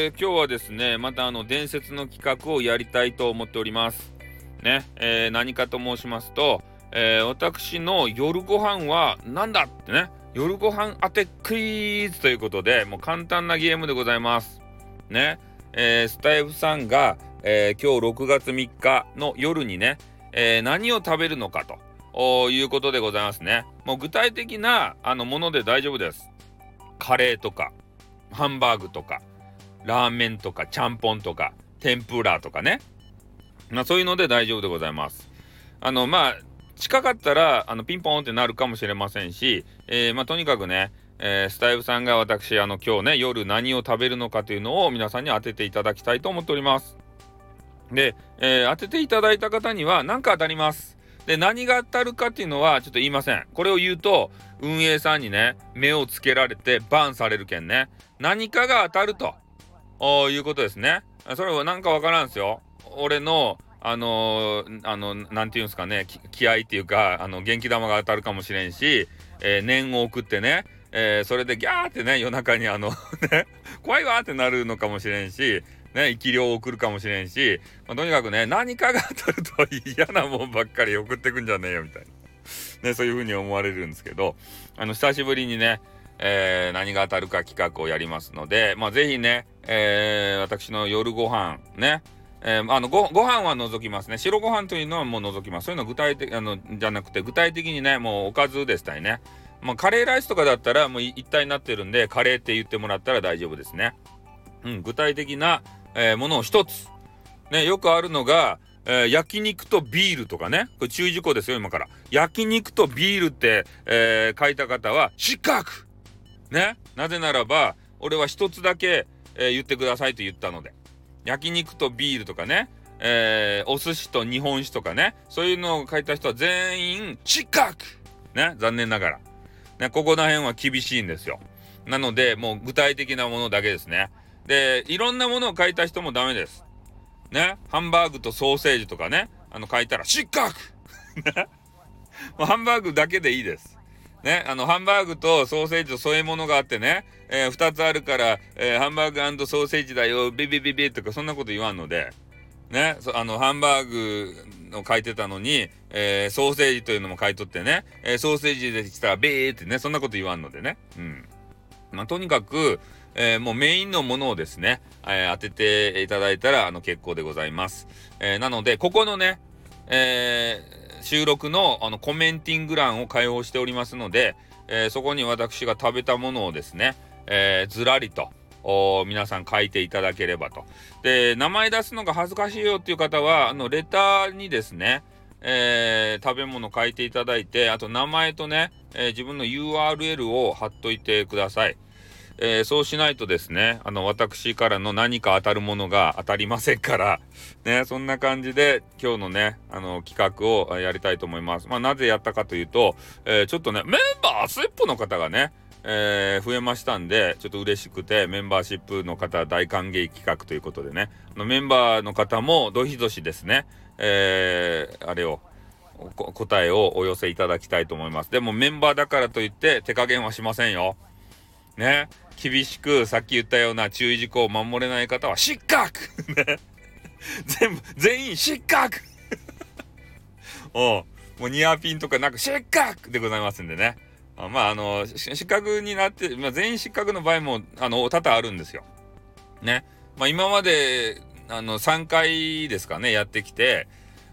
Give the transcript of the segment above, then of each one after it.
今日はですね、また伝説の企画をやりたいと思っております。ね、何かと申しますと、私の夜ご飯は何だってね、夜ご飯当てクイズということで、もう簡単なゲームでございます。ね、スタイフさんが、今日6月3日の夜にね、何を食べるのかということでございますね。もう具体的なもので大丈夫です。カレーとか、ハンバーグとか、ラーメンとかちゃんぽんとか天ぷらとかね、そういうので大丈夫でございます。近かったらピンポンってなるかもしれませんし、とにかくね、スタイフさんが私今日ね夜何を食べるのかというのを皆さんに当てていただきたいと思っております。で、当てていただいた方には何か当たります。で、何が当たるかっていうのはちょっと言いません。これを言うと運営さんにね目をつけられてバンされるけんね、何かが当たるということですね。それはなんかわからんすよ。俺のなんていうんですかね、気合っていうか元気玉が当たるかもしれんし、念を送ってね、それでギャーってね夜中にね怖いわってなるのかもしれんしね、生き量を送るかもしれんし、とにかくね何かが当たると嫌なもんばっかり送ってくんじゃねえよみたいなね、そういう風に思われるんですけど、久しぶりにね何が当たるか企画をやりますので、ぜひね、私の夜ご飯ね、ご飯は除きますね。白ご飯というのはもう除きます。そういうの具体的じゃなくて、具体的にねもうおかずでしたりね、カレーライスとかだったらもう一体になってるんでカレーって言ってもらったら大丈夫ですね。具体的な、ものを一つね、よくあるのが、焼肉とビールとかね、これ注意事項ですよ今から。焼肉とビールって、書いた方は失格ね。なぜならば俺は一つだけ、言ってくださいと言ったので、焼肉とビールとかね、お寿司と日本酒とかね、そういうのを書いた人は全員失格ね。残念ながらね、ここら辺は厳しいんですよ。なのでもう具体的なものだけですね。で、いろんなものを書いた人もダメですね。ハンバーグとソーセージとかね書いたら失格ね。もうハンバーグだけでいいですね。ハンバーグとソーセージと添え物があってね、2つあるから、ハンバーグ&ソーセージだよビビビビとかそんなこと言わんのでね。ハンバーグの書いてたのに、ソーセージというのも書いとってね、ソーセージできたらビーってね、そんなこと言わんのでね。とにかく、もうメインのものをですね、当てていただいたら結構でございます。なのでここのね、収録のコメンティング欄を開放しておりますので、そこに私が食べたものをですね、ずらりと皆さん書いていただければと。で、名前出すのが恥ずかしいよっていう方はレターにですね、食べ物書いていただいて、あと名前とね、自分の URL を貼っといてください。そうしないとですね、私からの何か当たるものが当たりませんからね。そんな感じで今日のね企画をやりたいと思います。なぜやったかというと、ちょっとねメンバースイップの方がね、増えましたんで、ちょっと嬉しくて、メンバーシップの方大歓迎企画ということでね、メンバーの方もどひどしですね、あれを答えをお寄せいただきたいと思います。でもメンバーだからといって手加減はしませんよね。厳しくさっき言ったような注意事項を守れない方は失格ね。全員失格もうニアピンとかなく失格でございますんでね。失格になって、全員失格の場合も多々あるんですよね。今まで3回ですかねやってきて、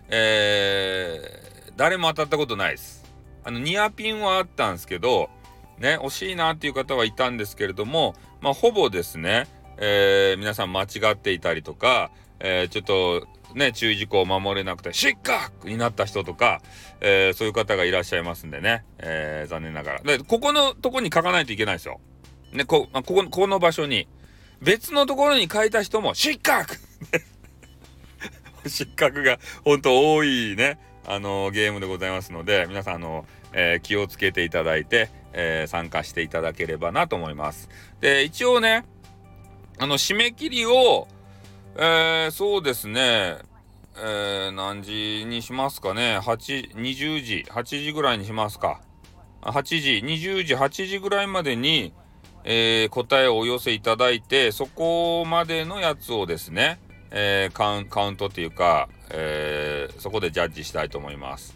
誰も当たったことないです。ニアピンはあったんですけどね、惜しいなっていう方はいたんですけれども、ほぼですね、皆さん間違っていたりとか、ちょっとね注意事項を守れなくて失格になった人とか、そういう方がいらっしゃいますんでね、残念ながらでここのとこに書かないといけないですよね。この場所に別のところに書いた人も失格失格が本当多いねゲームでございますので、皆さん気をつけていただいて、参加していただければなと思います。で、一応ね締め切りを、そうですね、何時にしますかね。20時8時ぐらいにしますか。8時20時8時ぐらいまでに、 答えをお寄せいただいて、そこまでのやつをですね、カウントっていうか、そこでジャッジしたいと思います。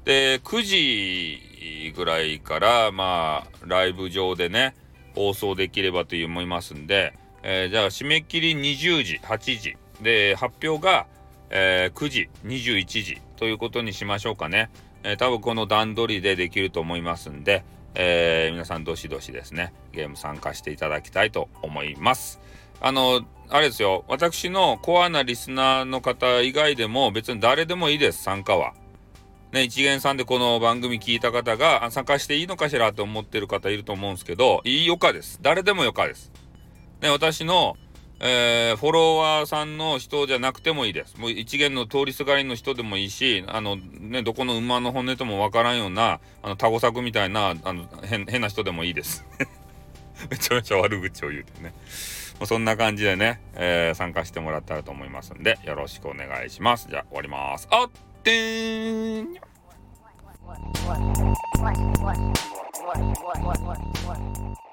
で、9時ぐらいから、まあ、ライブ上でね、放送できればと思いますんで、じゃあ、締め切り20時、8時。で、発表が、9時、21時ということにしましょうかね。多分この段取りでできると思いますんで、皆さんどしどしですね、ゲーム参加していただきたいと思います。あれですよ、私のコアなリスナーの方以外でも別に誰でもいいです、参加は。ね、一元さんでこの番組聞いた方が参加していいのかしらと思ってる方いると思うんですけど、いいよかです。誰でもよかです。ね、私の、フォロワーさんの人じゃなくてもいいです。もう一元の通りすがりの人でもいいし、ね、どこの馬の骨ともわからんような、タゴ作みたいな、変な人でもいいです。めちゃめちゃ悪口を言うてね。そんな感じでね、参加してもらったらと思いますんで、よろしくお願いします。じゃあ終わります。あってーん。